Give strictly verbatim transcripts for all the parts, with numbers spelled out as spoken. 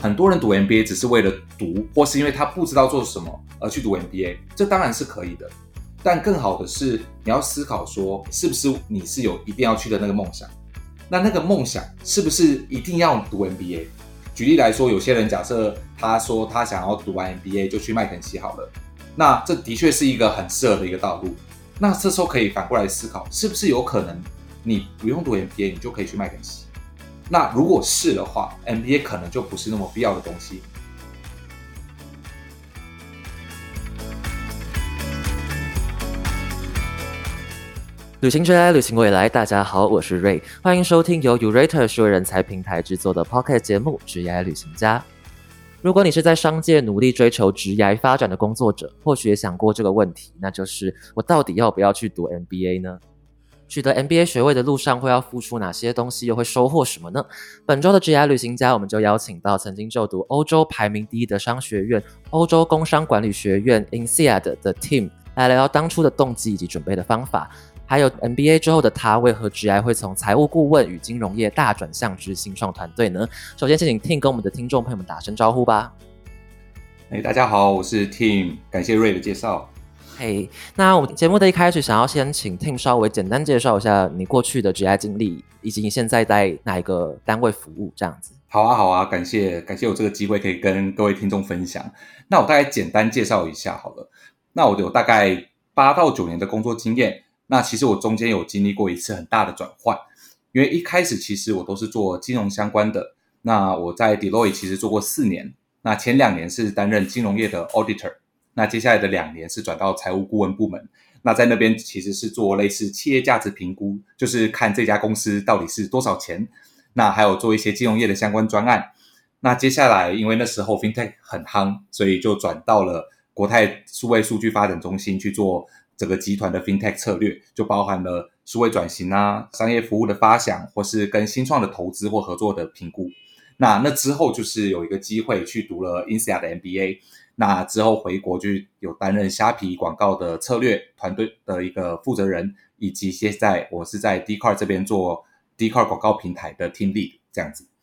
很多人读 M B A 只是为了读，或是因为他不知道做什么而去读 M B A， 这当然是可以的。但更好的是，你要思考说，是不是你是有一定要去的那个梦想？那那个梦想是不是一定要读 M B A？ 举例来说，有些人假设他说他想要读完 M B A 就去麦肯锡好了，那这的确是一个很适合的一个道路。那这时候可以反过来思考，是不是有可能你不用读 M B A 你就可以去麦肯锡？那如果是的话 ，M B A 可能就不是那么必要的东西。 旅行之来，旅行未来，大家好，我是 Ray， 欢迎收听由 Yourator 数位人才平台制作的 Podcast 节目《职涯旅行家》。如果你是在商界努力追求职涯发展的工作者，或许也想过这个问题，那就是我到底要不要去读 M B A 呢？取得 M B A 学位的路上会要付出哪些东西，又会收获什么呢？本周的职涯旅行家，我们就邀请到曾经就读欧洲排名第一的商学院欧洲工商管理学院 I N S E A D 的 Tim 来聊聊当初的动机以及准备的方法，还有 M B A 之后的他为何职涯会从财务顾问与金融业大转向至新创团队呢？首先先请 Tim 跟我们的听众朋友们打声招呼吧。 hey, 大家好，我是 Tim， 感谢 Ray 的介绍。 嘿、hey, 那我们节目的一开始想要先请 Tim 稍微简单介绍一下你过去的职业经历，以及你现在在哪一个单位服务这样子。 好啊好啊，感谢感谢有这个机会可以跟各位听众分享。那我大概简单介绍一下好了。那我有大概八到九年的工作经验，那其实我中间有经历过一次很大的转换，因为一开始其实我都是做金融相关的，那我在 Deloitte 其实做过四年，那前两年是担任金融业的 Auditor，那接下来的两年是转到财务顾问部门，那在那边其实是做类似企业价值评估，就是看这家公司到底是多少钱，那还有做一些金融业的相关专案。那接下来因为那时候 FinTech 很夯，所以就转到了国泰数位数据发展中心去做整个集团的 FinTech 策略，就包含了数位转型啊、商业服务的发想，或是跟新创的投资或合作的评估。那那之后就是有一个机会去读了 I N S E A D 的 M B A，那之后回国就有担任虾皮广告的策略团队的一个负责人，以及现在我是在 Dcard 这边做 Dcard 广告平台的 Team Lead 这样子。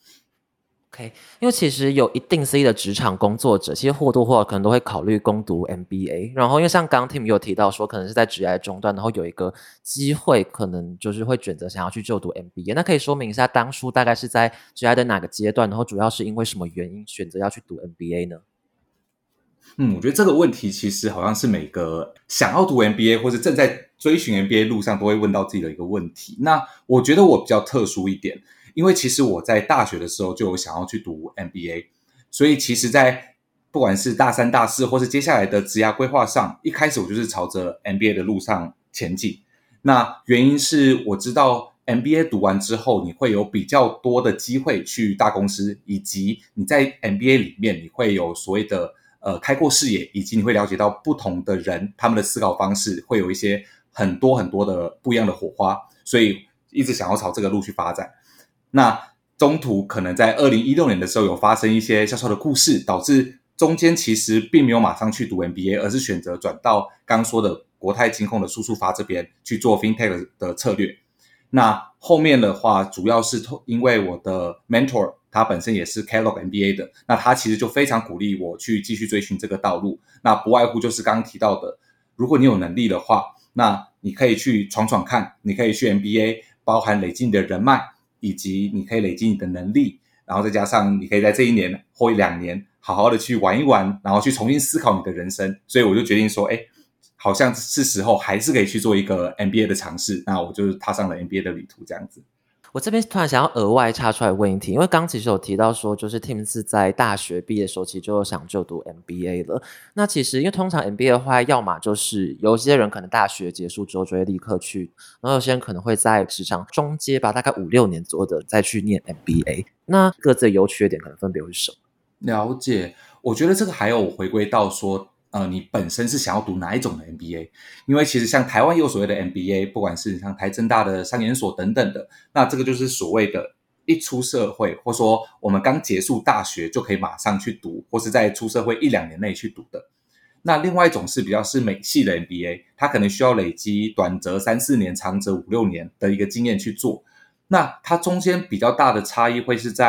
OK， 因为其实有一定 C 的职场工作者，其实或多或少可能都会考虑攻读 M B A。然后因为像刚 Tim 有提到说，可能是在职业中段，然后有一个机会，可能就是会选择想要去就读 M B A。那可以说明一下，当初大概是在职业的哪个阶段，然后主要是因为什么原因选择要去读 M B A 呢？ 嗯，我觉得这个问题其实好像是每个想要读 M B A 或是正在追寻 M B A 路上都会问到自己的一个问题。那我觉得我比较特殊一点，因为其实我在大学的时候就有想要去读 M B A， 所以其实在不管是大三大四或是接下来的职涯规划上，一开始我就是朝着 M B A 的路上前进。那原因是我知道 M B A 读完之后，你会有比较多的机会去大公司，以及你在 M B A 里面你会有所谓的呃开阔视野，以及你会了解到不同的人他们的思考方式，会有一些很多很多的不一样的火花，所以一直想要朝这个路去发展。那中途可能在二零一六年的时候有发生一些小小的故事，导致中间其实并没有马上去读 M B A， 而是选择转到刚刚说的国泰金控的数数发这边去做 FinTech 的策略。那后面的话主要是因为我的 mentor 他本身也是 Kellogg M B A 的，那他其实就非常鼓励我去继续追寻这个道路。那不外乎就是刚刚提到的，如果你有能力的话，那你可以去闯闯看，你可以去 M B A， 包含累积你的人脉，以及你可以累积你的能力，然后再加上你可以在这一年或两年好好的去玩一玩，然后去重新思考你的人生。所以我就决定说，诶，好像是时候还是可以去做一个 M B A 的尝试，那我就踏上了 M B A 的旅途这样子。 我这边突然想要额外插出来问一题，因为刚其实有提到说，就是 Tim 是在大学毕业的时候其实就想就读 M B A 了。那其实因为通常 M B A 的话，要么就是有些人可能大学结束之后就会立刻去，然后有些人可能会在职场中阶吧，大概五六年左右的再去念 M B A。那各自的优缺点可能分别会是什么？ 了解，我觉得这个还有回归到说呃，你本身是想要读哪一种的 M B A， 因为其实像台湾有所谓的 M B A， 不管是像台政大的商研所等等的，那这个就是所谓的一出社会，或说我们刚结束大学就可以马上去读，或是在出社会一两年内去读的。那另外一种是比较是美系的 M B A， 它可能需要累积短则三四年，长则五六年的一个经验去做。那它中间比较大的差异会是在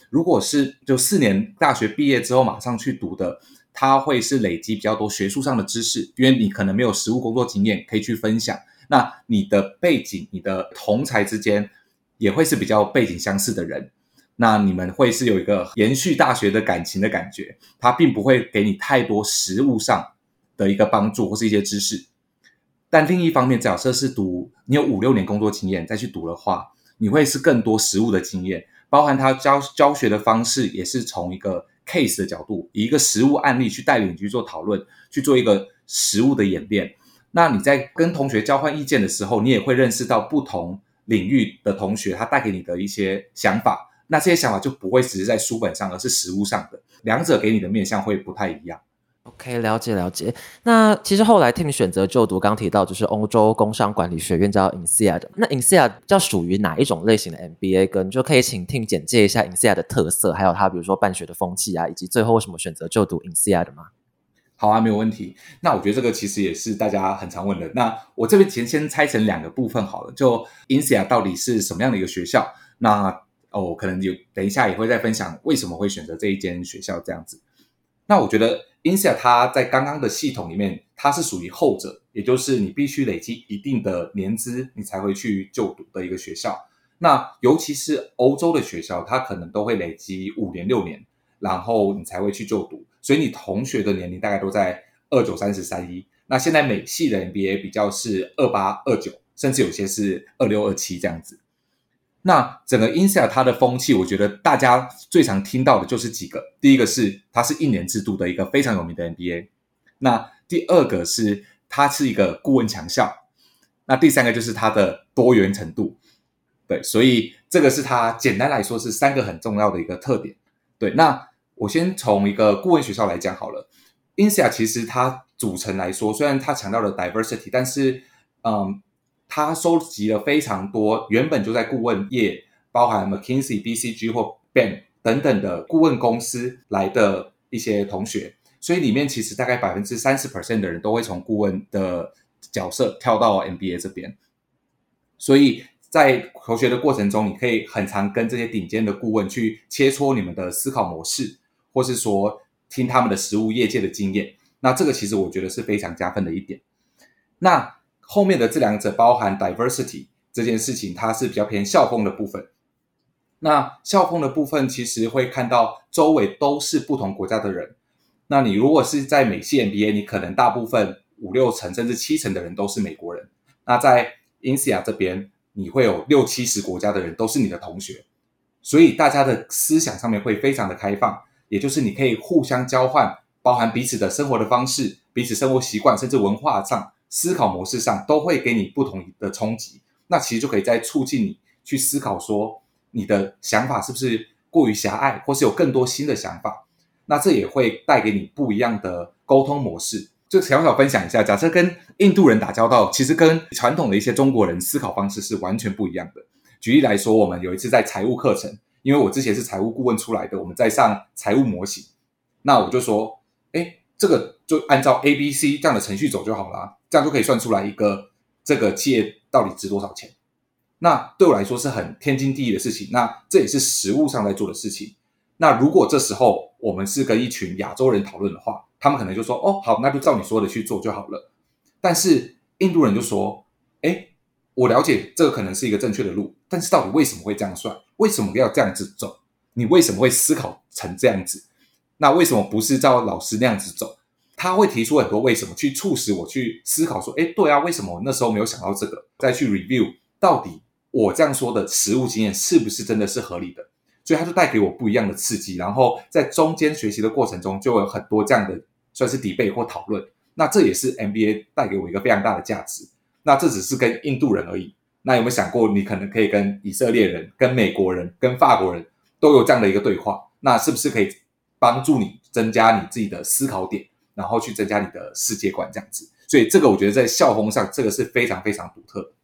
如果是就四年大学毕业之后马上去读的，它会是累积比较多学术上的知识，因为你可能没有实务工作经验可以去分享，那你的背景你的同才之间也会是比较背景相似的人，那你们会是有一个延续大学的感情的感觉，它并不会给你太多实务上的一个帮助或是一些知识。但另一方面，假设是读你有五六年工作经验再去读的话，你会是更多实务的经验，包含他教教学的方式也是从一个 case 的角度，以一个实务案例去带领你去做讨论，去做一个实务的演练。那你在跟同学交换意见的时候，你也会认识到不同领域的同学他带给你的一些想法，那这些想法就不会只是在书本上，而是实务上的，两者给你的面向会不太一样。 OK， 了解了解。那其实后来 Tim 选择就读，刚提到就是欧洲工商管理学院叫 I N S E A D。那 I N S E A D 叫属于哪一种类型的 M B A？ 跟就可以请 Tim 简介一下 I N S E A D 的特色，还有他比如说办学的风气啊，以及最后为什么选择就读 I N S E A D 吗？ 好啊，没有问题。那我觉得这个其实也是大家很常问的。那我这边先先拆成两个部分好了，就 I N S E A D 到底是什么样的一个学校？那哦，可能有等一下也会再分享为什么会选择这一间学校这样子。那我觉得 I N S E A D 它在刚刚的系统里面，它是属于后者，也就是你必须累积一定的年资，你才会去就读的一个学校。那尤其是欧洲的学校，它可能都会累积五年六年，然后你才会去就读，所以你同学的年龄大概都在二九三十三一。那现在美系的 M B A 比较是二八二九，甚至有些是二六二七这样子。那整个 I N S E A D 它的风气，我觉得大家最常听到的就是几个。第一个是它是一年制度的一个非常有名的 M B A， 那第二个是它是一个顾问强校，那第三个就是它的多元程度。对，所以这个是它简单来说是三个很重要的一个特点。对，那我先从一个顾问学校来讲好了。I N S E A D 其实它组成来说，虽然它强调了 diversity， 但是嗯。他收集了非常多原本就在顾问业，包含 McKinsey、B C G 或 B A M 等等的顾问公司来的一些同学，所以里面其实大概 百分之三十 的人都会从顾问的角色跳到 M B A 这边。所以在求学的过程中，你可以很常跟这些顶尖的顾问去切磋你们的思考模式，或是说听他们的实务业界的经验，那这个其实我觉得是非常加分的一点。那后面的这两者包含 diversity 这件事情，它是比较偏校风的部分。那校风的部分其实会看到周围都是不同国家的人，那你如果是在美系 M B A， 你可能大部分五六成甚至七成的人都是美国人，那在 I N S E A D 这边你会有六七十国家的人都是你的同学，所以大家的思想上面会非常的开放，也就是你可以互相交换，包含彼此的生活的方式、彼此生活习惯，甚至文化上思考模式上都会给你不同的冲击，那其实就可以再促进你去思考说你的想法是不是过于狭隘，或是有更多新的想法，那这也会带给你不一样的沟通模式。就小小分享一下，假设跟印度人打交道，其实跟传统的一些中国人思考方式是完全不一样的。举例来说，我们有一次在财务课程，因为我之前是财务顾问出来的，我们在上财务模型，那我就说诶这个就按照 A B C 这样的程序走就好了，这样就可以算出来一个这个企业到底值多少钱。那对我来说是很天经地义的事情，那这也是实务上在做的事情。那如果这时候我们是跟一群亚洲人讨论的话，他们可能就说哦好，那就照你说的去做就好了。但是印度人就说诶我了解这个可能是一个正确的路，但是到底为什么会这样算，为什么要这样子走，你为什么会思考成这样子，那为什么不是照老师那样子走？他会提出很多为什么，去促使我去思考说诶对啊，为什么我那时候没有想到这个，再去 review 到底我这样说的实务经验是不是真的是合理的。所以他就带给我不一样的刺激，然后在中间学习的过程中就有很多这样的算是 debate 或讨论，那这也是 M B A 带给我一个非常大的价值。那这只是跟印度人而已，那有没有想过你可能可以跟以色列人、跟美国人、跟法国人都有这样的一个对话，那是不是可以帮助你增加你自己的思考点，然后去增加你的世界观这样子。所以这个我觉得在校风上这个是非常非常独特的。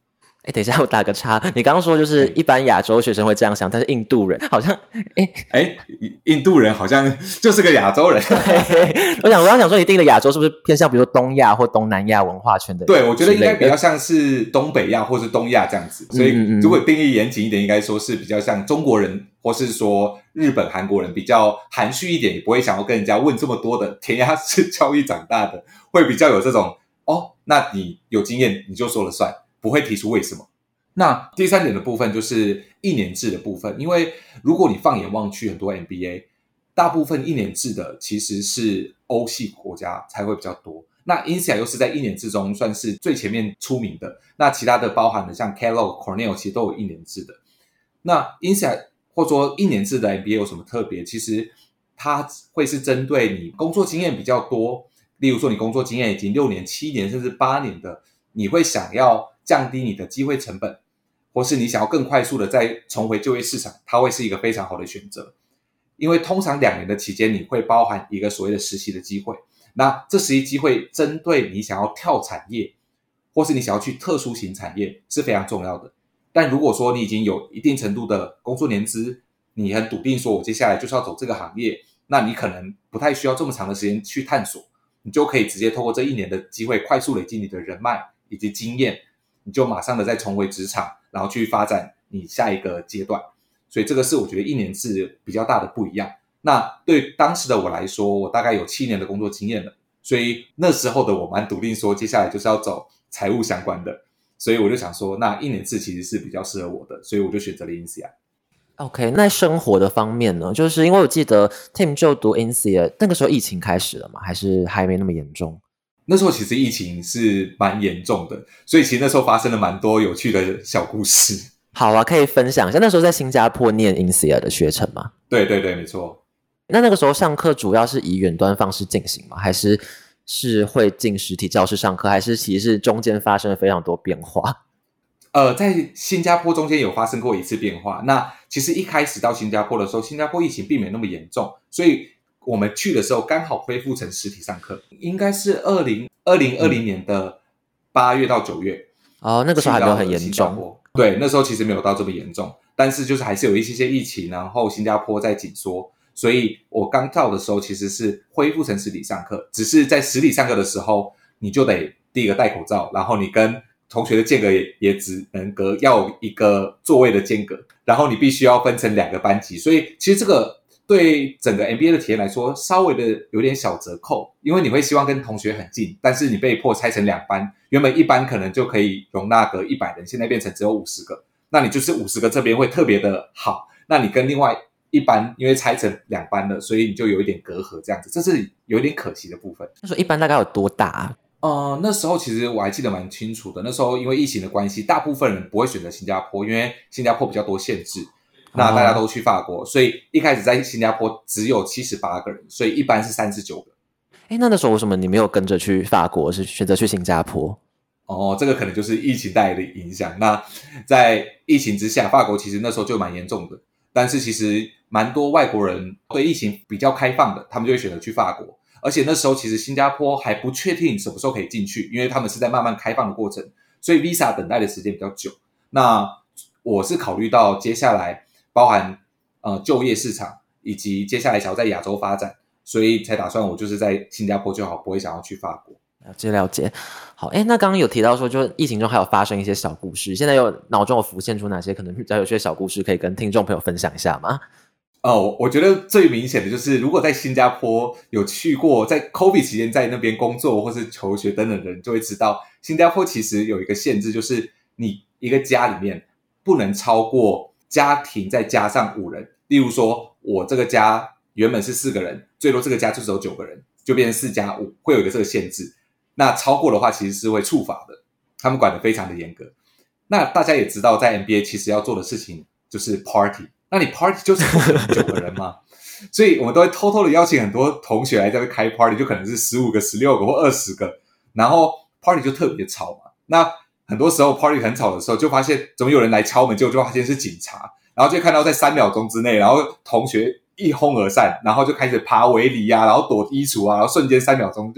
哎，等一下，我打个岔。你刚刚说就是一般亚洲学生会这样想，但是印度人好像，哎哎，印度人好像就是个亚洲人。 对，我想我刚想说，你定的亚洲是不是偏向比如说东亚或东南亚文化圈的？ 对，我觉得应该比较像是东北亚或是东亚这样子。所以如果定义严谨一点，应该说是比较像中国人，或是说日本、韩国人比较含蓄一点，也不会想要跟人家问这么多的。填鸭式教育长大的，会比较有这种哦，那你有经验你就说了算。不会提出为什么。那第三点的部分就是一年制的部分，因为如果你放眼望去，很多 M B A 大部分一年制的其实是欧系国家才会比较多。那 I N S E A 又是在一年制中算是最前面出名的，那其他的包含的像 Kellogg、Cornell 其实都有一年制的。那 I N S E A 或者说一年制的 M B A 有什么特别？其实它会是针对你工作经验比较多，例如说你工作经验已经六年、七年甚至八年的，你会想要降低你的机会成本，或是你想要更快速的再重回就业市场，它会是一个非常好的选择。因为通常两年的期间你会包含一个所谓的实习的机会，那这实习机会针对你想要跳产业，或是你想要去特殊型产业是非常重要的。但如果说你已经有一定程度的工作年资，你很笃定说我接下来就是要走这个行业，那你可能不太需要这么长的时间去探索，你就可以直接透过这一年的机会快速累积你的人脉以及经验，你就马上的再重回职场，然后去发展你下一个阶段。所以这个是我觉得一年制比较大的不一样。那对当时的我来说，我大概有七年的工作经验了，所以那时候的我蛮笃定说接下来就是要走财务相关的，所以我就想说那一年制其实是比较适合我的，所以我就选择了 I N S E A。 OK， 那生活的方面呢？就是因为我记得 Tim 就读 I N S E A， 那个时候疫情开始了吗？还是还没那么严重？ 那时候其实疫情是蛮严重的，所以其实那时候发生了蛮多有趣的小故事。 好啊，可以分享一下。那时候在新加坡念 I N S E A 的学程吗？ 对对对，没错。 那那个时候上课主要是以远端方式进行吗？还是是会进实体教室上课？还是其实是中间发生了非常多变化？ 呃，在新加坡中间有发生过一次变化。那其实一开始到新加坡的时候，新加坡疫情并没有那么严重，所以我们去的时候刚好恢复成实体上课，应该是二零二零年的八月到九月。 哦，那个时候还没有很严重。 对，那时候其实没有到这么严重，但是就是还是有一些些疫情，然后新加坡在紧缩，所以我刚到的时候其实是恢复成实体上课，只是在实体上课的时候，你就得第一个戴口罩，然后你跟同学的间隔 也, 也只能隔要有一个座位的间隔，然后你必须要分成两个班级，所以其实这个对整个 M B A 的体验来说稍微的有点小折扣，因为你会希望跟同学很近，但是你被迫拆成两班，原本一班可能就可以容纳个一百人，现在变成只有五十个，那你就是五十个这边会特别的好，那你跟另外一班因为拆成两班了，所以你就有一点隔阂这样子，这是有一点可惜的部分。 那时候一班大概有多大啊？ 呃，那时候其实我还记得蛮清楚的，那时候因为疫情的关系，大部分人不会选择新加坡，因为新加坡比较多限制，那大家都去法国，所以一开始在新加坡只有七十八个人，所以一般是三十九个。 诶，那那时候为什么你没有跟着去法国，是选择去新加坡？ 哦，这个可能就是疫情带来的影响。那在疫情之下，法国其实那时候就蛮严重的，但是其实蛮多外国人对疫情比较开放的，他们就会选择去法国。而且那时候其实新加坡还不确定什么时候可以进去，因为他们是在慢慢开放的过程，所以 Visa 等待的时间比较久。那我是考虑到接下来包含呃就业市场，以及接下来想要在亚洲发展，所以才打算我就是在新加坡就好，不会想要去法国。 了解了解。好，诶，那刚刚有提到说就疫情中还有发生一些小故事，现在有脑中有浮现出哪些可能比较有些小故事可以跟听众朋友分享一下吗？ 哦，我觉得最明显的就是，如果在新加坡有去过，在 COVID 期间在那边工作或是求学等等的人，就会知道新加坡其实有一个限制，就是你一个家里面不能超过家庭再加上五人。例如说，我这个家原本是四个人，最多这个家就只有九个人，就变成四加五，会有一个这个限制。那超过的话，其实是会处罚的，他们管得非常的严格。那大家也知道，在 M B A 其实要做的事情就是 party。那你 party 就是不可能九个人嘛，所以我们都会偷偷的邀请很多同学来这边开 party， 就可能是十五个、十六个或二十个，然后 party 就特别吵嘛。那很多时候 party 很吵的时候，就发现怎么有人来敲门，结果就发现是警察，然后就看到在三秒钟之内，然后同学一哄而散，然后就开始爬围篱啊，然后躲衣橱啊，然后瞬间三秒钟就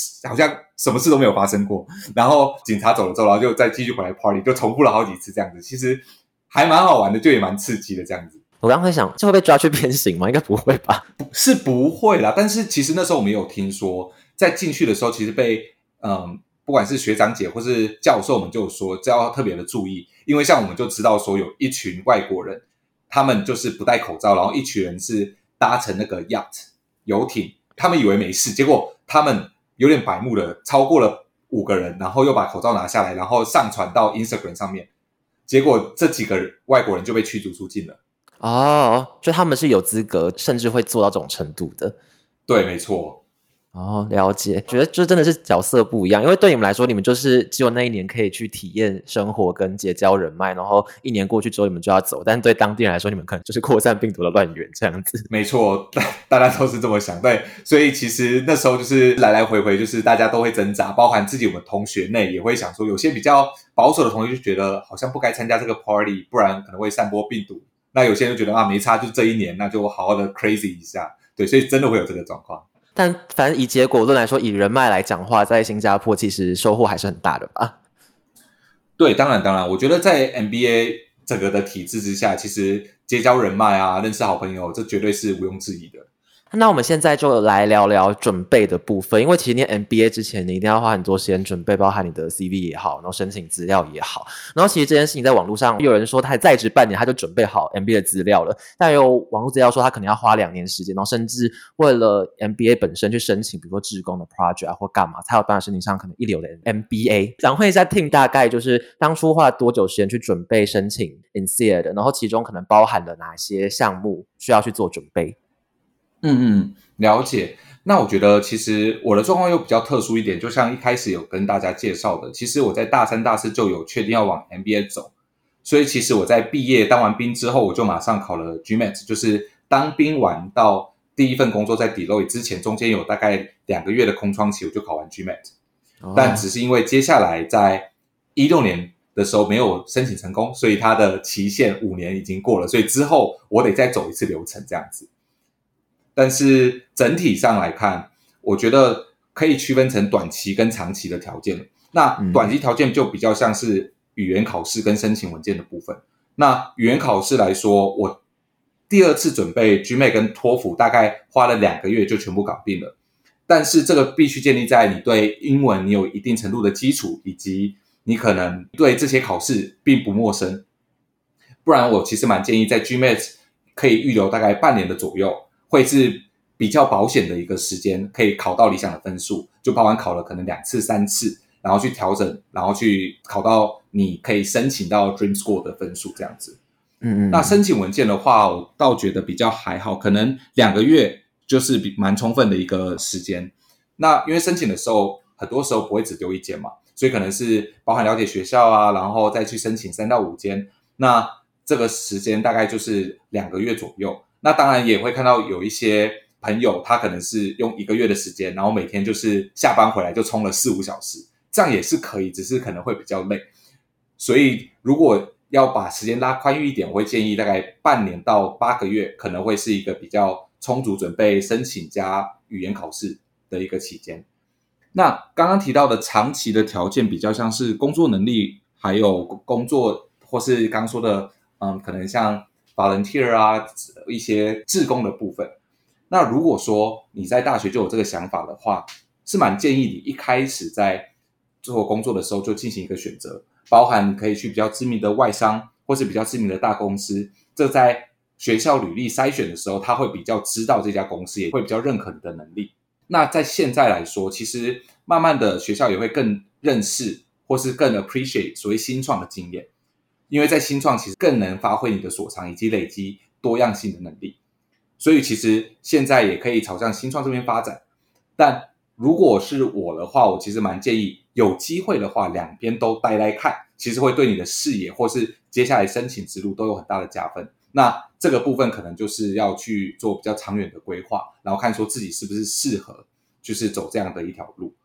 好像什么事都没有发生过，然后警察走了之后，然后就再继续回来 party， 就重复了好几次这样子，其实还蛮好玩的，就也蛮刺激的这样子。 我刚刚会想，这会被抓去鞭刑吗？应该不会吧？ 是不会啦，但是其实那时候我们有听说，在进去的时候，其实被嗯，不管是学长姐或是教授们就有说，这要特别的注意，因为像我们就知道说有一群外国人，他们就是不戴口罩，然后一群人是搭乘那个 yacht 游艇，他们以为没事，结果他们有点白目的超过了五个人，然后又把口罩拿下来，然后上传到 Instagram 上面，结果这几个外国人就被驱逐出境了。 哦，就他们是有资格，甚至会做到这种程度的。 对，没错。 哦，了解，觉得就真的是角色不一样，因为对你们来说，你们就是只有那一年可以去体验生活跟结交人脉，然后一年过去之后你们就要走，但对当地人来说，你们可能就是扩散病毒的乱源这样子。 没错，大家都是这么想，对，所以其实那时候就是来来回回，就是大家都会挣扎，包含自己我们同学内也会想说，有些比较保守的同学就觉得好像不该参加这个 party， 不然可能会散播病毒。那有些人就觉得啊，没差，就这一年，那就好好的 crazy 一下，对，所以真的会有这个状况。 但反正以结果论来说，以人脉来讲话，在新加坡其实收获还是很大的吧？ 对，当然当然，我觉得在 M B A 整个的体制之下，其实结交人脉啊，认识好朋友，这绝对是毋庸置疑的。 那我们现在就来聊聊准备的部分，因为其实念 M B A 之前，你一定要花很多时间准备，包含你的 C V 也好，然后申请资料也好。然后其实这件事情在网络上有人说他在职半年他就准备好 M B A 的资料了，但有网络资料说他可能要花两年时间，然后甚至为了 M B A 本身去申请，比如说志工的 project 啊或干嘛，才有办法申请上可能一流的 M B A。想问一下 Tim 大概就是当初花了多久时间去准备申请 I N S E A 的，然后其中可能包含了哪些项目需要去做准备？ 嗯嗯，了解。那我觉得其实我的状况又比较特殊一点，就像一开始有跟大家介绍的，其实我在大三大四就有确定要往 M B A 走，所以其实我在毕业当完兵之后，我就马上考了 G M A T， 就是当兵完到第一份工作在 Deloitte 之前，中间有大概两个月的空窗期，我就考完 G M A T，哦，但只是因为接下来在十六年的时候没有申请成功，所以它的期限五年已经过了，所以之后我得再走一次流程这样子。但是整体上来看，我觉得可以区分成短期跟长期的条件。那短期条件就比较像是语言考试跟申请文件的部分。那语言考试来说，我第二次准备 G M A T 跟托福大概花了两个月就全部搞定了。但是这个必须建立在你对英文你有一定程度的基础，以及你可能对这些考试并不陌生。不然我其实蛮建议在 G M A T 可以预留大概半年的左右，会是比较保险的一个时间，可以考到理想的分数，就包含考了可能两次三次，然后去调整，然后去考到你可以申请到 Dream School 的分数这样子。嗯嗯。那申请文件的话，我倒觉得比较还好，可能两个月就是比蛮充分的一个时间。那因为申请的时候，很多时候不会只丢一间嘛，所以可能是包含了解学校啊，然后再去申请三到五间。那这个时间大概就是两个月左右。那当然也会看到有一些朋友，他可能是用一个月的时间，然后每天就是下班回来就冲了四五小时，这样也是可以，只是可能会比较累。所以如果要把时间拉宽裕一点，我会建议大概半年到八个月，可能会是一个比较充足准备申请加语言考试的一个期间。那刚刚提到的长期的条件比较像是工作能力，还有工作或是刚说的嗯，可能像volunteer 啊，一些志工的部分。那如果说你在大学就有这个想法的话，是蛮建议你一开始在做工作的时候就进行一个选择，包含你可以去比较知名的外商或是比较知名的大公司，这在学校履历筛选的时候，他会比较知道这家公司，也会比较认可你的能力。那在现在来说，其实慢慢的学校也会更认识或是更 appreciate 所谓新创的经验，因为在新创其实更能发挥你的所长以及累积多样性的能力，所以其实现在也可以朝向新创这边发展。但如果是我的话，我其实蛮建议有机会的话两边都待待看，其实会对你的视野或是接下来申请之路都有很大的加分。那这个部分可能就是要去做比较长远的规划，然后看说自己是不是适合就是走这样的一条路。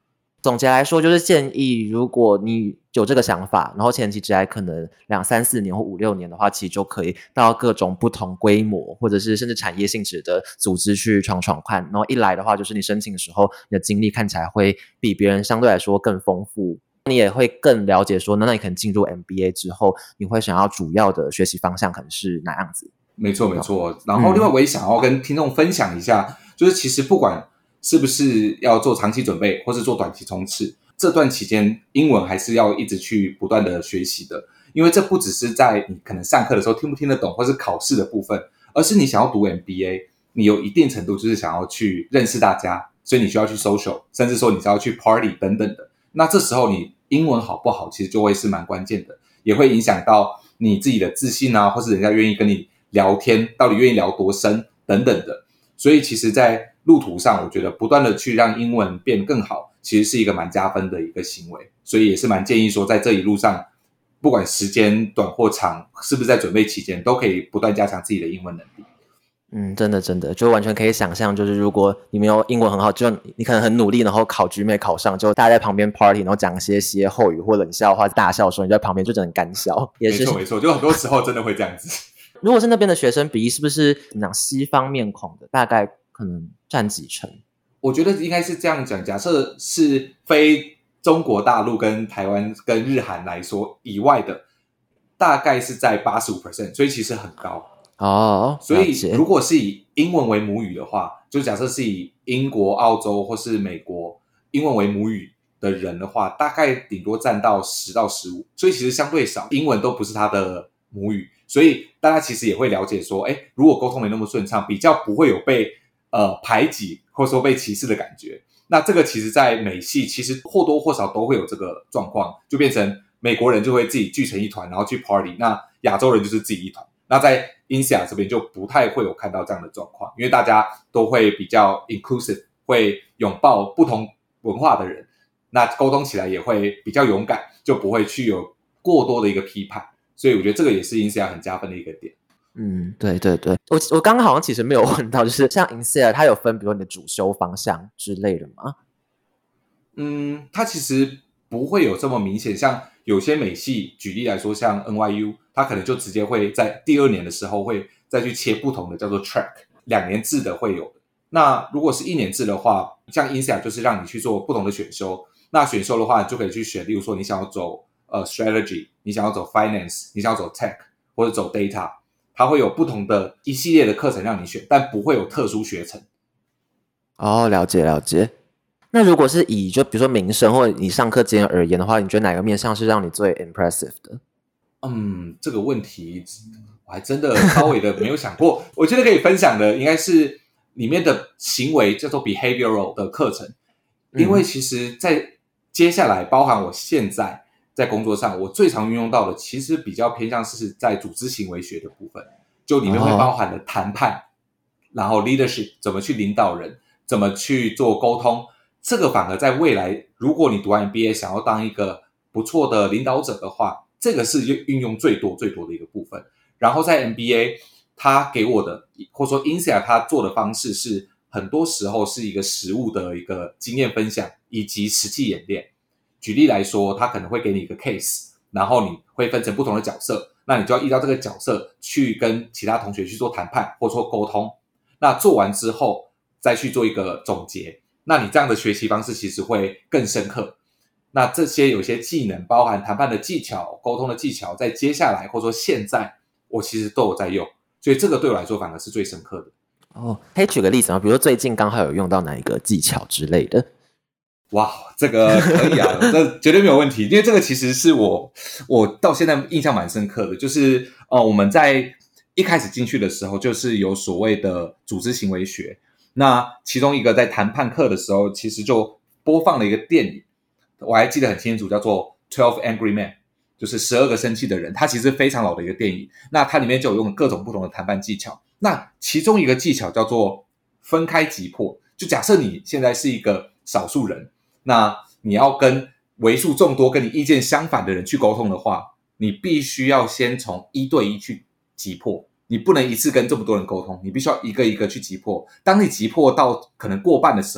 总结来说，就是建议如果你有这个想法，然后前期职涯可能两三四年或五六年的话，其实就可以到各种不同规模或者是甚至产业性质的组织去闯闯看。然后一来的话，就是你申请的时候，你的经历看起来会比别人相对来说更丰富，你也会更了解说，那你可能进入 M B A 之后，你会想要主要的学习方向可能是哪样子？ 没错没错。然后另外我也想要跟听众分享一下，嗯、就是其实不管是不是要做长期准备或是做短期冲刺，这段期间英文还是要一直去不断的学习的，因为这不只是在你可能上课的时候听不听得懂或是考试的部分，而是你想要读 M B A， 你有一定程度就是想要去认识大家，所以你需要去 social， 甚至说你是要去 party 等等的。那这时候你英文好不好其实就会是蛮关键的，也会影响到你自己的自信啊，或是人家愿意跟你聊天到底愿意聊多深等等的。所以其实在路途上我觉得不断的去让英文变更好其实是一个蛮加分的一个行为，所以也是蛮建议说在这一路上不管时间短或长，是不是在准备期间都可以不断加强自己的英文能力。 嗯，真的真的就完全可以想象，就是如果你没有英文很好，就你可能很努力，然后考局没考上，就大家在旁边 party， 然后讲一些歇后语或冷笑话大笑的时候，你在旁边就真的很干笑。也是没错没错，就很多时候真的会这样子。 如果是那边的学生比例是不是怎么讲西方面孔的大概可能占几成？ 我觉得应该是这样讲，假设是非中国大陆跟台湾跟日韩来说以外的，大概是在 百分之八十五， 所以其实很高哦。 所以如果是以英文为母语的话，就假设是以英国、澳洲或是美国英文为母语的人的话，大概顶多占到十到十五，所以其实相对少，英文都不是他的母语，所以大家其实也会了解说，诶，如果沟通没那么顺畅，比较不会有被呃排挤或者说被歧视的感觉。那这个其实在美系其实或多或少都会有这个状况，就变成美国人就会自己聚成一团然后去 party， 那亚洲人就是自己一团。那在英西亚这边就不太会有看到这样的状况，因为大家都会比较 inclusive， 会拥抱不同文化的人，那沟通起来也会比较勇敢，就不会去有过多的一个批判，所以我觉得这个也是英西亚很加分的一个点。 嗯，对对对，我我刚刚好像其实没有问到，就是像 I N S E A 它有分比如你的主修方向之类的吗？ 嗯，它其实不会有这么明显，像有些美系举例来说像 N Y U， 它可能就直接会在第二年的时候会再去切不同的叫做 track， 两年制的会有的。那如果是一年制的话，像 I N S E A 就是让你去做不同的选修，那选修的话就可以去选，例如说你想要走呃 strategy， 你想要走 finance， 你想要走 tech 或者走 data，它会有不同的一系列的课程让你选，但不会有特殊学程。 哦，了解了解。那如果是以就比如说名声或者你上课经验而言的话，你觉得哪个面向是让你最 impressive 的？ 嗯，这个问题我还真的稍微的没有想过。我觉得可以分享的应该是里面的行为叫做 behavioral 的课程，因为其实在接下来包含我现在在工作上我最常运用到的其实比较偏向是在组织行为学的部分，就里面会包含了谈判、哦、然后 leadership 怎么去领导人，怎么去做沟通，这个反而在未来如果你读完 M B A 想要当一个不错的领导者的话，这个是运用最多最多的一个部分。然后在 M B A 他给我的或者说 I N S E A 他做的方式是很多时候是一个实务的一个经验分享以及实际演练。举例来说，他可能会给你一个 case， 然后你会分成不同的角色，那你就要依照这个角色去跟其他同学去做谈判或者说沟通，那做完之后再去做一个总结，那你这样的学习方式其实会更深刻。那这些有些技能包含谈判的技巧、沟通的技巧，在接下来或者说现在我其实都有在用，所以这个对我来说反而是最深刻的。 哦，可以举个例子吗？比如说最近刚好有用到哪一个技巧之类的？ 哇，这个可以啊，这绝对没有问题，因为这个其实是我我到现在印象蛮深刻的，就是呃我们在一开始进去的时候就是有所谓的组织行为学，那其中一个在谈判课的时候其实就播放了一个电影，我还记得很清楚，叫做twelve Angry Men， 就是十二个生气的人，它其实非常老的一个电影，那它里面就有用各种不同的谈判技巧，那其中一个技巧叫做分开击破，就假设你现在是一个少数人，那你要跟为数众多跟你意见相反的人去沟通的话，你必须要先从一对一去击破，你不能一次跟这么多人沟通，你必须要一个一个去击破，当你击破到可能过半的时候，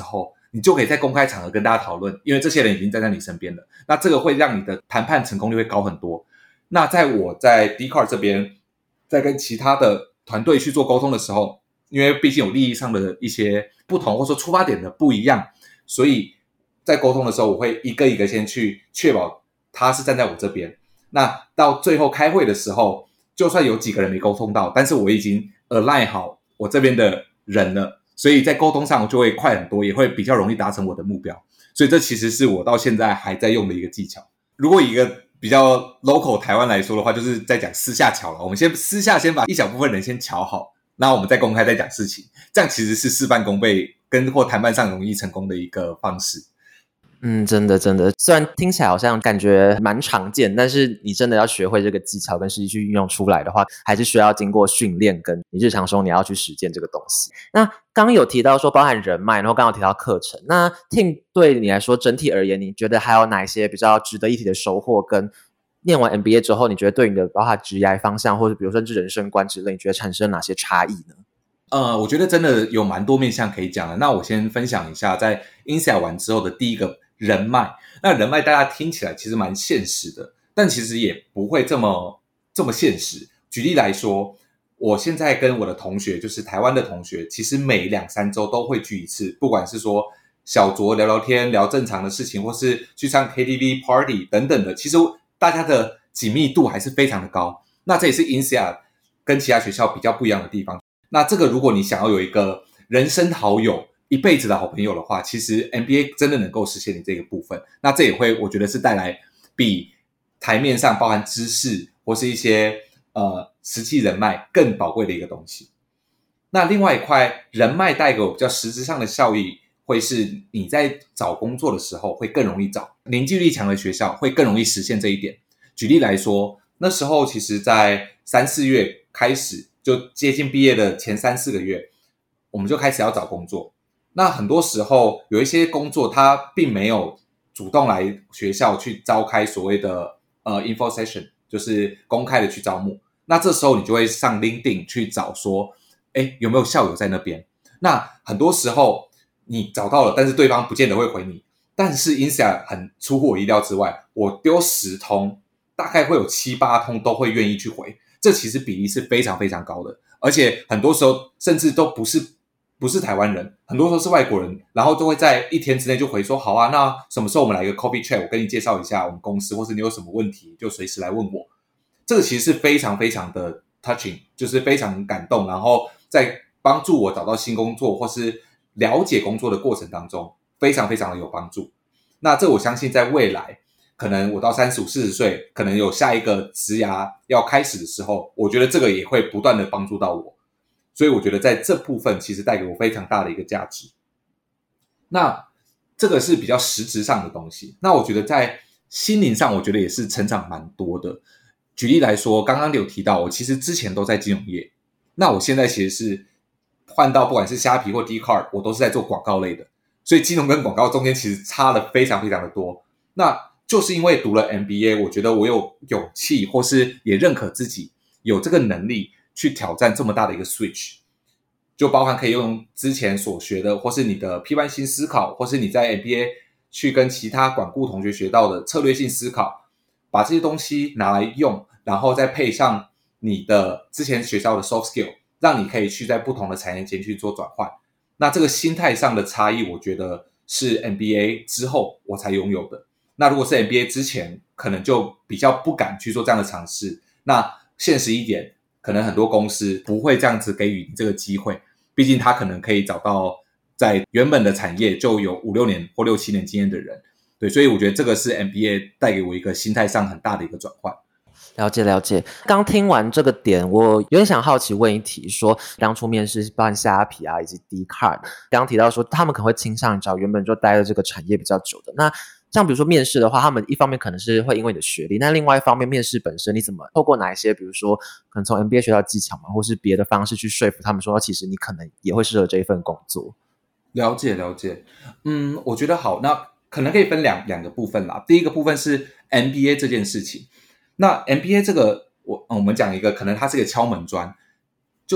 你就可以在公开场合跟大家讨论，因为这些人已经站在你身边了，那这个会让你的谈判成功率会高很多。那在我在 Dcard 这边在跟其他的团队去做沟通的时候，因为毕竟有利益上的一些不同，或者说出发点的不一样，所以在沟通的时候我会一个一个先去确保他是站在我这边。那到最后开会的时候，就算有几个人没沟通到，但是我已经 align 好我这边的人了，所以在沟通上就会快很多，也会比较容易达成我的目标。所以这其实是我到现在还在用的一个技巧。如果以一个比较 local 台湾来说的话，就是在讲私下瞧了，我们先私下先把一小部分人先瞧好，然后我们再公开再讲事情，这样其实是事半功倍跟或谈判上容易成功的一个方式。 嗯，真的真的，虽然听起来好像感觉蛮常见，但是你真的要学会这个技巧跟实际去运用出来的话，还是需要经过训练跟你日常中你要去实践这个东西。那刚刚有提到说包含人脉，然后刚刚有提到课程，那 Tim 对你来说整体而言，你觉得还有哪一些比较值得一提的收获，跟念完 M B A 之后你觉得对你的包含职业方向或者比如说人生观之类，你觉得产生哪些差异呢？ 呃，我觉得真的有蛮多面向可以讲的。那我先分享一下在 I N S E A 完之后的第一个人脉。那人脉大家听起来其实蛮现实的，但其实也不会这么这么现实。举例来说，我现在跟我的同学，就是台湾的同学，其实每两三周都会聚一次，不管是说小酌聊聊天，聊正常的事情，或是去唱 K T V party 等等的，其实大家的紧密度还是非常的高。那这也是 I N S E A 跟其他学校比较不一样的地方。那这个如果你想要有一个人生好友，一辈子的好朋友的话，其实 M B A 真的能够实现你这个部分。那这也会我觉得是带来比台面上包含知识或是一些呃实际人脉更宝贵的一个东西。那另外一块人脉带给我比较实质上的效益，会是你在找工作的时候会更容易找，凝聚力强的学校会更容易实现这一点。举例来说，那时候其实在三四月开始，就接近毕业的前三四个月，我们就开始要找工作。那很多时候有一些工作它并没有主动来学校去召开所谓的呃 info session， 就是公开的去招募。那这时候你就会上 LinkedIn 去找说，诶，有没有校友在那边？那很多时候你找到了，但是对方不见得会回你。但是 I N S E A 很出乎我意料之外，我丢十通，大概会有七八通都会愿意去回。这其实比例是非常非常高的，而且很多时候甚至都不是不是台湾人，很多时候是外国人，然后都会在一天之内就回说好啊，那什么时候我们来一个 coffee chat， 我跟你介绍一下我们公司，或是你有什么问题就随时来问我。这个其实是非常非常的 touching， 就是非常感动，然后在帮助我找到新工作或是了解工作的过程当中非常非常的有帮助。那这我相信在未来可能我到三十五、四十岁，可能有下一个职涯要开始的时候，我觉得这个也会不断的帮助到我。所以我觉得在这部分其实带给我非常大的一个价值。那这个是比较实质上的东西。那我觉得在心灵上，我觉得也是成长蛮多的。举例来说，刚刚有提到我其实之前都在金融业，那我现在其实是换到不管是虾皮或 Dcard， 我都是在做广告类的，所以金融跟广告中间其实差的非常非常的多。那就是因为读了 M B A， 我觉得我有勇气或是也认可自己有这个能力去挑战这么大的一个 switch， 就包含可以用之前所学的，或是你的批判性思考，或是你在 M B A 去跟其他管顾同学学到的策略性思考，把这些东西拿来用，然后再配上你的之前学校的 soft skill， 让你可以去在不同的产业间去做转换。那这个心态上的差异，我觉得是 M B A 之后我才拥有的。那如果是 M B A 之前，可能就比较不敢去做这样的尝试。那现实一点，可能很多公司不会这样子给予你这个机会，毕竟他可能可以找到在原本的产业就有五六年或六七年经验的人。对，所以我觉得这个是 M B A 带给我一个心态上很大的一个转换。 了解了解，刚听完这个点，我有点想好奇问一题，说当初面试包含虾皮啊以及 Dcard， 刚刚提到说他们可能会倾向找原本就待在这个产业比较久的。那像比如说面试的话，他们一方面可能是会因为你的学历，那另外一方面面试本身你怎么透过哪一些比如说可能从 M B A 学到技巧嘛，或是别的方式去说服他们说其实你可能也会适合这一份工作？ 了解了解，嗯，我觉得好，那可能可以分两两个部分啦。第一个部分是 M B A 这件事情，那 M B A 这个我我们讲一个可能它是个敲门砖，就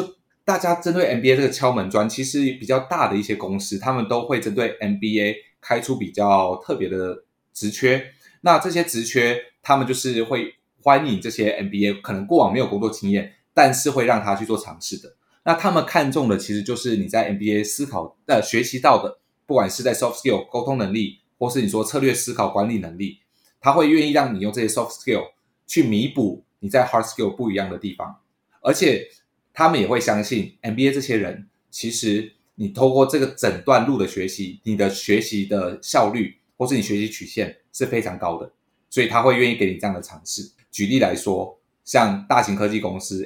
大家针对 M B A 这个敲门砖，其实比较大的一些公司，他们都会针对 M B A 开出比较特别的职缺。那这些职缺，他们就是会欢迎这些 M B A 可能过往没有工作经验，但是会让他去做尝试的。那他们看重的其实就是你在 M B A 思考呃学习到的，不管是在 soft skill 沟通能力，或是你说策略思考管理能力，他会愿意让你用这些 soft skill 去弥补你在 hard skill 不一样的地方。而且他们也会相信 M B A 这些人，其实你透过这个整段路的学习，你的学习的效率或是你学习曲线是非常高的，所以他会愿意给你这样的尝试。举例来说，像大型科技公司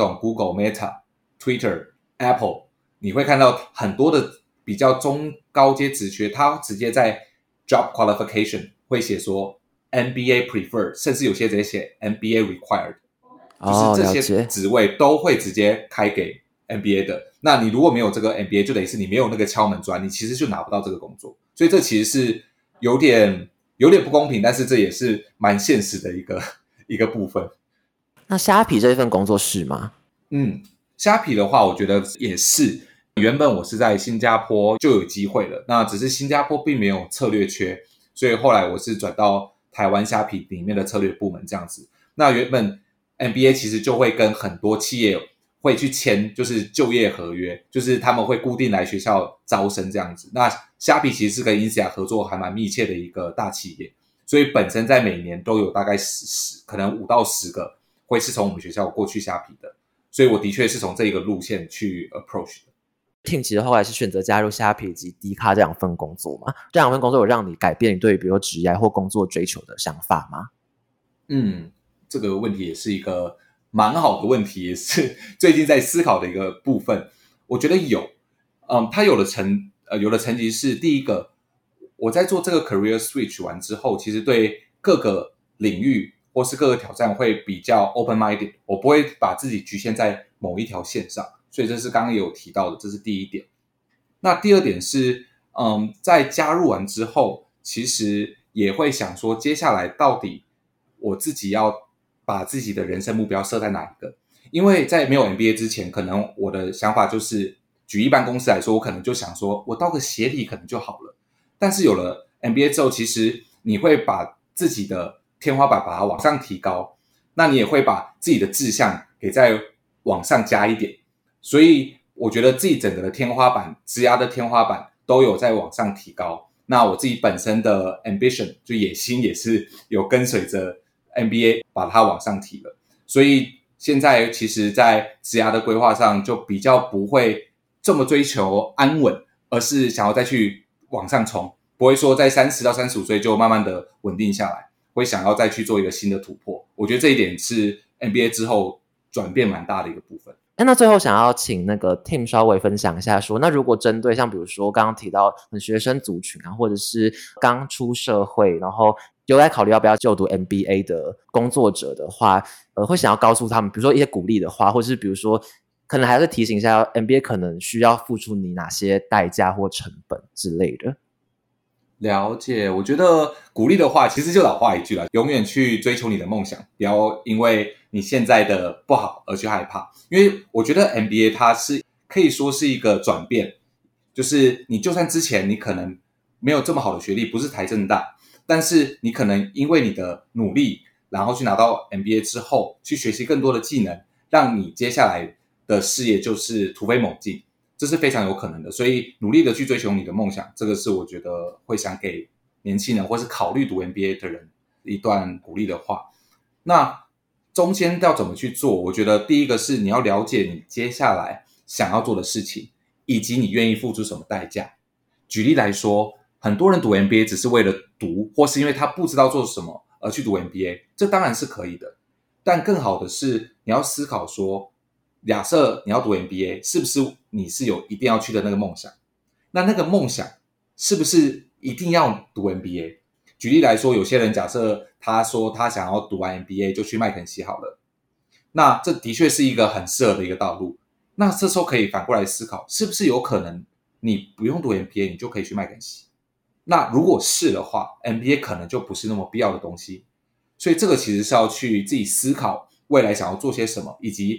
Amazon、Google、Meta、Twitter、Apple， 你会看到很多的比较中高阶职缺，他直接在 job qualification 会写说 M B A preferred， 甚至有些直接写 M B A required，就是这些职位都会直接开给 M B A 的。那你如果没有这个 M B A， 就等于是你没有那个敲门砖，你其实就拿不到这个工作。所以这其实是有点有点不公平，但是这也是蛮现实的一个一个部分。 那虾皮这份工作是吗？ 嗯，虾皮的话，我觉得也是。原本我是在新加坡就有机会了，那只是新加坡并没有策略缺，所以后来我是转到台湾虾皮里面的策略部门这样子。那原本 M B A 其实就会跟很多企业会去签就是就业合约，就是他们会固定来学校招生这样子。那虾皮其实是跟 I N S E A 合作还蛮密切的一个大企业，所以本身在每年都有大概十可能五到十个会是从我们学校过去虾皮的，所以我的确是从这一个路线去 approach 的。 Tim 其实后来是选择加入虾皮以及 D 卡这两份工作嘛？这两份工作有让你改变你对于比如说职业或工作追求的想法吗？ 嗯，这个问题也是一个蛮好的问题，也是最近在思考的一个部分。我觉得有，嗯，它有的层呃有的层级是第一个，我在做这个 career switch 完之后，其实对各个领域或是各个挑战会比较 open minded， 我不会把自己局限在某一条线上。所以这是刚刚也有提到的，这是第一点。那第二点是，嗯，在加入完之后，其实也会想说，接下来到底我自己要把自己的人生目标设在哪一个？因为在没有 M B A 之前，可能我的想法就是，举一般公司来说，我可能就想说，我到个协理可能就好了。但是有了 M B A 之后，其实你会把自己的天花板把它往上提高，那你也会把自己的志向给再往上加一点。所以我觉得自己整个的天花板，职涯的天花板都有在往上提高。那我自己本身的 ambition 就野心也是有跟随着 M B A 把它往上提了。所以现在其实在职涯的规划上就比较不会这么追求安稳，而是想要再去往上冲，不会说在三十到三十五岁就慢慢的稳定下来，会想要再去做一个新的突破。我觉得这一点是 M B A 之后转变蛮大的一个部分。 那最后想要请那个 Tim 稍微分享一下说，那如果针对像比如说刚刚提到学生族群啊，或者是刚出社会然后有在考虑要不要就读 M B A 的工作者的话，呃，会想要告诉他们比如说一些鼓励的话，或者是比如说可能还是提醒一下 M B A 可能需要付出你哪些代价或成本之类的。 了解，我觉得鼓励的话其实就老话一句啦，永远去追求你的梦想，不要因为你现在的不好而去害怕。因为我觉得 M B A 它是可以说是一个转变，就是你就算之前你可能没有这么好的学历，不是台政大，但是你可能因为你的努力，然后去拿到 M B A 之后，去学习更多的技能，让你接下来的事业就是突飞猛进，这是非常有可能的。所以努力的去追求你的梦想，这个是我觉得会想给年轻人或是考虑读 M B A 的人一段鼓励的话。那中间要怎么去做，我觉得第一个是你要了解你接下来想要做的事情，以及你愿意付出什么代价。举例来说，很多人读 M B A 只是为了读，或是因为他不知道做什么而去读 M B A， 这当然是可以的。但更好的是你要思考说，假设你要读 M B A， 是不是你是有一定要去的那个梦想？那那个梦想是不是一定要读 M B A？ 举例来说，有些人假设他说他想要读完 M B A 就去麦肯锡好了，那这的确是一个很适合的一个道路。那这时候可以反过来思考，是不是有可能你不用读 M B A 你就可以去麦肯锡？那如果是的话， M B A 可能就不是那么必要的东西。所以这个其实是要去自己思考未来想要做些什么，以及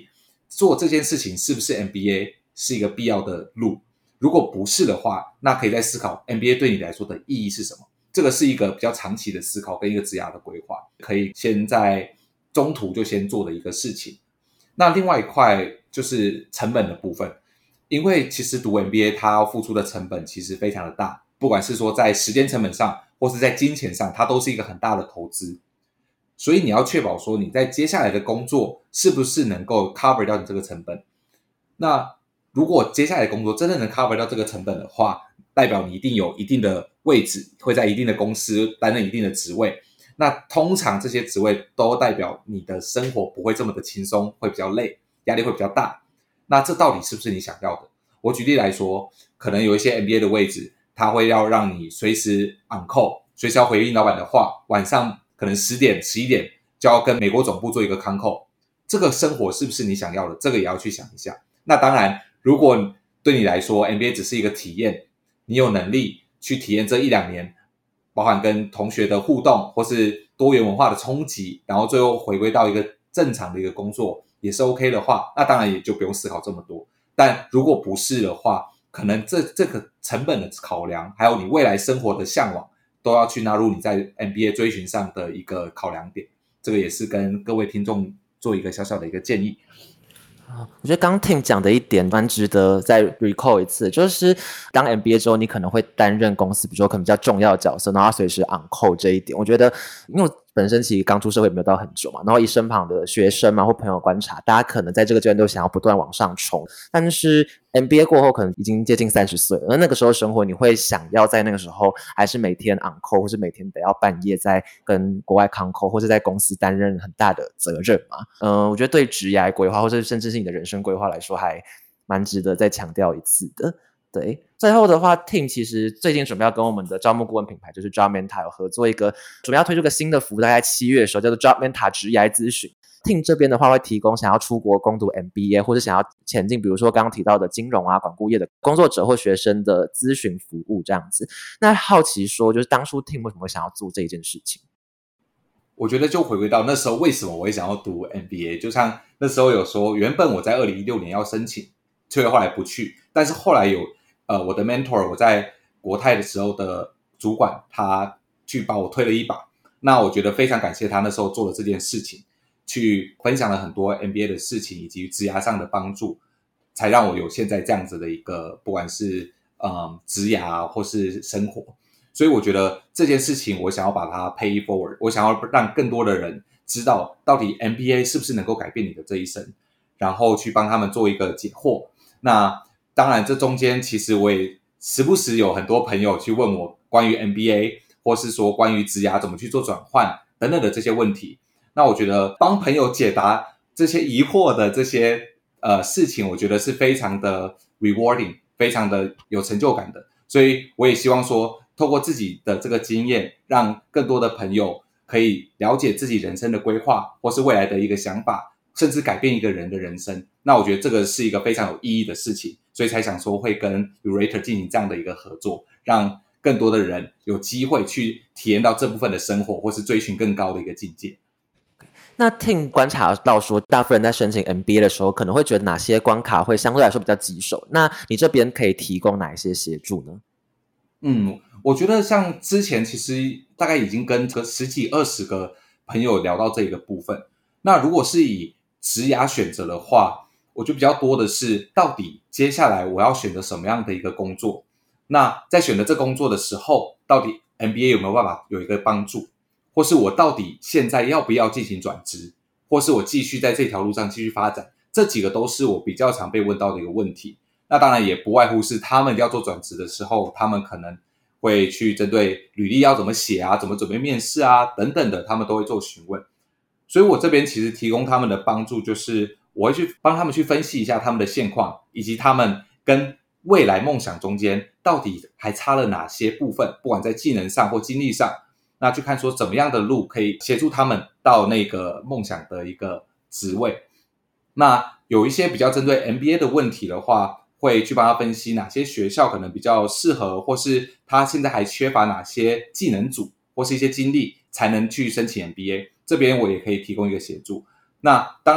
做这件事情是不是 M B A 是一个必要的路。如果不是的话，那可以再思考 M B A 对你来说的意义是什么。这个是一个比较长期的思考跟一个职涯的规划，可以先在中途就先做的一个事情。那另外一块就是成本的部分，因为其实读 M B A 它要付出的成本其实非常的大，不管是说在时间成本上或是在金钱上，它都是一个很大的投资。所以你要确保说你在接下来的工作是不是能够 cover 掉你这个成本。那如果接下来的工作真的能 cover 掉这个成本的话，代表你一定有一定的位置，会在一定的公司担任一定的职位。那通常这些职位都代表你的生活不会这么的轻松，会比较累，压力会比较大。那这到底是不是你想要的？我举例来说，可能有一些 M B A 的位置，它会要让你随时 on call， 随时要回应老板的话，晚上可能十点十一点就要跟美国总部做一个 con call。 这个生活是不是你想要的？这个也要去想一下。那当然，如果对你来说 M B A 只是一个体验，你有能力去体验这一两年，包含跟同学的互动或是多元文化的冲击，然后最后回归到一个正常的一个工作也是 OK 的话，那当然也就不用思考这么多。但如果不是的话，可能这这个成本的考量还有你未来生活的向往都要去纳入你在 M B A 追寻上的一个考量点。这个也是跟各位听众做一个小小的一个建议。 我觉得刚 Tim 讲的一点蛮值得再 recall 一次，就是当 M B A 之后，你可能会担任公司比如说可能比较重要的角色，然后随时 on call 这一点，我觉得因为我本身其实刚出社会没有到很久嘛，然后以身旁的学生嘛或朋友观察，大家可能在这个阶段都想要不断往上冲，但是 M B A 过后可能已经接近三十岁了，那那个时候生活你会想要在那个时候还是每天 on call， 或是每天得要半夜在跟国外 con call， 或是在公司担任很大的责任嘛？嗯，我觉得对职业规划或是甚至是你的人生规划来说还蛮值得再强调一次的。对，最后的话 Tim 其实最近准备要跟我们的招募顾问品牌就是 JobMenta 有合作一个准备要推出个新的服务，大概七月的时候叫做 JobMenta 职业咨询。Tim 这边的话会提供想要出国攻读 M B A 或是想要前进比如说刚刚提到的金融啊管顾业的工作者或学生的咨询服务这样子。那好奇说就是当初 Tim 为什么会想要做这一件事情？ 我觉得就回归到那时候为什么我会想要读 M B A， 就像那时候有说原本我在二零一六年要申请，所以后来不去，但是后来有呃我的 mentor 我在国泰的时候的主管他去把我推了一把，那我觉得非常感谢他那时候做了这件事情，去分享了很多 M B A 的事情以及职涯上的帮助，才让我有现在这样子的一个不管是呃职涯或是生活。所以我觉得这件事情我想要把它 pay forward， 我想要让更多的人知道到底 M B A 是不是能够改变你的这一生，然后去帮他们做一个解惑。那当然这中间其实我也时不时有很多朋友去问我关于 M B A 或是说关于职涯怎么去做转换等等的这些问题，那我觉得帮朋友解答这些疑惑的这些呃事情，我觉得是非常的 rewarding， 非常的有成就感的。所以我也希望说透过自己的这个经验，让更多的朋友可以了解自己人生的规划或是未来的一个想法，甚至改变一个人的人生。那我觉得这个是一个非常有意义的事情，所以才想说会跟 Yourator 进行这样的一个合作，让更多的人有机会去体验到这部分的生活，或是追寻更高的一个境界。 那 Tim 观察到说大部分人在申请 M B A 的时候可能会觉得哪些关卡会相对来说比较棘手，那你这边可以提供哪一些协助呢？ 嗯，我觉得像之前其实大概已经跟这个十几二十个朋友聊到这个部分。那如果是以职涯选择的话，我觉得比较多的是到底接下来我要选择什么样的一个工作，那在选择这工作的时候到底 M B A 有没有办法有一个帮助，或是我到底现在要不要进行转职，或是我继续在这条路上继续发展，这几个都是我比较常被问到的一个问题。那当然也不外乎是他们要做转职的时候，他们可能会去针对履历要怎么写啊，怎么准备面试啊等等的，他们都会做询问。所以我这边其实提供他们的帮助就是我会去帮他们去分析一下他们的现况，以及他们跟未来梦想中间到底还差了哪些部分，不管在技能上或经历上，那去看说怎么样的路可以协助他们到那个梦想的一个职位。那有一些比较针对 M B A 的问题的话，会去帮他分析哪些学校可能比较适合，或是他现在还缺乏哪些技能组或是一些经历才能去申请 M B A， 这边我也可以提供一个协助。那当然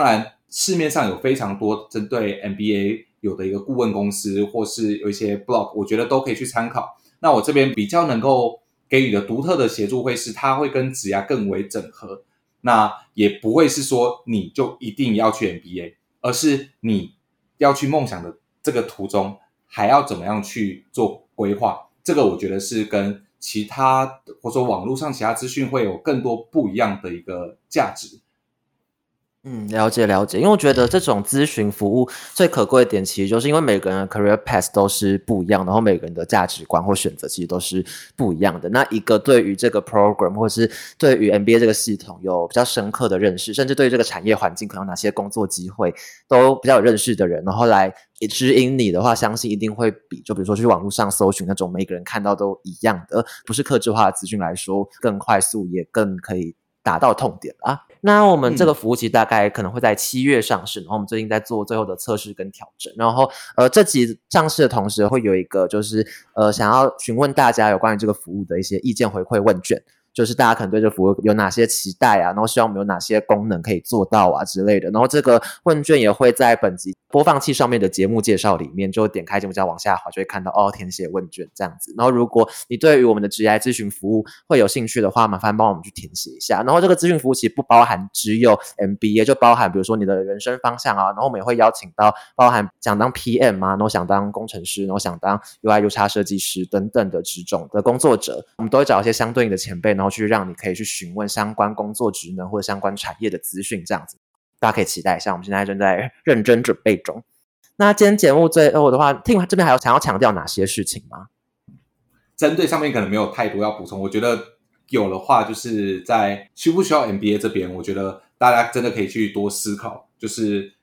市面上有非常多针对 M B A 有的一个顾问公司，或是有一些 blog， 我觉得都可以去参考。那我这边比较能够给予的独特的协助会是，它会跟职涯更为整合，那也不会是说你就一定要去 M B A， 而是你要去梦想的这个途中还要怎么样去做规划，这个我觉得是跟其他或者说网络上其他资讯会有更多不一样的一个价值。 嗯，了解了解，因为我觉得这种咨询服务最可贵的点，其实就是因为每个人的 career path 都是不一样，然后每个人的价值观或选择其实都是不一样的。那一个对于这个 program 或是对于 M B A 这个系统有比较深刻的认识，甚至对于这个产业环境可能有哪些工作机会都比较有认识的人，然后来指引你的话，相信一定会比就比如说去网络上搜寻那种每个人看到都一样的不是客制化的资讯来说更快速，也更可以打到痛点啊。那我们这个服务期大概可能会在七月上市，然后我们最近在做最后的测试跟调整，然后呃这集上市的同时会有一个就是呃想要询问大家有关于这个服务的一些意见回馈问卷，就是大家可能对这个服务有哪些期待啊，然后希望我们有哪些功能可以做到啊之类的，然后这个问卷也会在本集播放器上面的节目介绍里面，就点开节目介绍往下滑就会看到哦填写问卷这样子。然后如果你对于我们的职业咨询服务会有兴趣的话，麻烦帮我们去填写一下。然后这个咨询服务其实不包含只有 M B A， 就包含比如说你的人生方向啊，然后我们也会邀请到包含想当 P M 啊，然后想当工程师，然后想当 U I U X 设计师等等的职种的工作者，我们都会找一些相对应的前辈，然后去让你可以去询问相关工作职能或者相关产业的资讯这样子。大家可以期待一下，我们现在正在认真准备中。那今天节目最后的话 Tim 这边还有想要强调哪些事情吗？ 针对上面可能没有太多要补充，我觉得有的话就是在需不需要 M B A 这边，我觉得大家真的可以去多思考，就是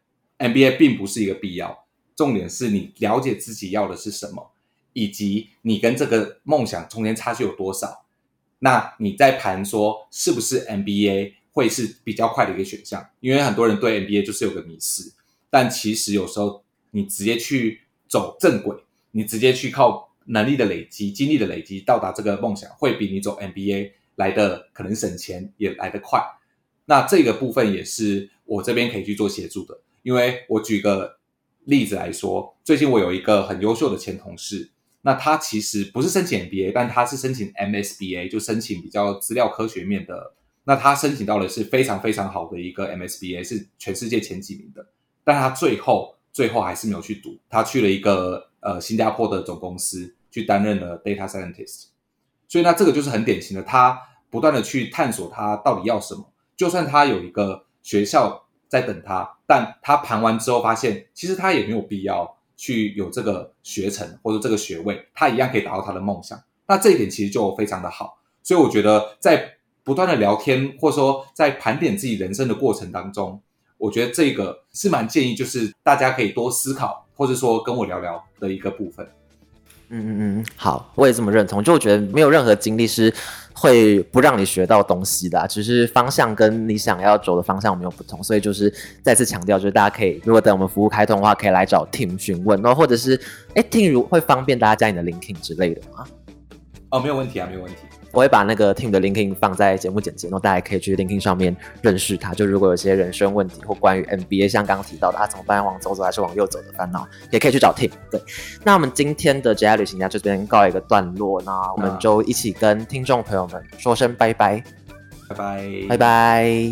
M B A 并不是一个必要，重点是你了解自己要的是什么，以及你跟这个梦想中间差距有多少，那你再盘说是不是 M B A 会是比较快的一个选项。因为很多人对 M B A 就是有个迷思，但其实有时候你直接去走正轨，你直接去靠能力的累积经历的累积到达这个梦想，会比你走 M B A 来的可能省钱也来得快。那这个部分也是我这边可以去做协助的。因为我举个例子来说，最近我有一个很优秀的前同事，那他其实不是申请 M B A， 但他是申请 M S B A， 就申请比较资料科学面的。那他申请到的是非常非常好的一个 M S B A， 是全世界前几名的，但他最后最后还是没有去读，他去了一个呃新加坡的总公司去担任了 Data Scientist。 所以那这个就是很典型的，他不断的去探索他到底要什么，就算他有一个学校在等他，但他盘完之后发现其实他也没有必要去有这个学程或者这个学位，他一样可以达到他的梦想。那这一点其实就非常的好。所以我觉得在不断的聊天，或者说在盘点自己人生的过程当中，我觉得这个是蛮建议就是大家可以多思考，或者说跟我聊聊的一个部分。 嗯嗯嗯，好，我也这么认同。就我觉得没有任何经历是会不让你学到东西的、啊，只是方向跟你想要走的方向没有不同。所以就是再次强调，就是大家可以如果等我们服务开通的话，可以来找 Tim 询问，然后或者是哎 Tim 会方便大家加你的 LinkedIn 之类的吗？ 哦，没有问题啊，没有问题。 我会把那个 Tim 的 LinkedIn 放在节目简介，然后大家可以去 LinkedIn 上面认识他。就如果有些人生问题或关于 M B A 像刚刚提到的啊怎么办，往左走还是往右走的烦恼，也可以去找 Tim。 对，那我们今天的职涯旅行家这边告一个段落，那我们就一起跟听众朋友们说声拜拜， 拜拜， 拜拜。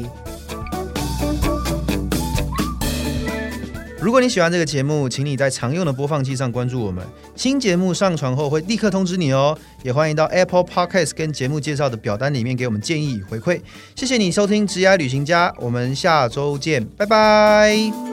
如果你喜欢这个节目，请你在常用的播放器上关注我们，新节目上传后会立刻通知你哦。也欢迎到 Apple Podcast 跟节目介绍的表单里面给我们建议与回馈。谢谢你收听职涯旅行家，我们下周见，拜拜。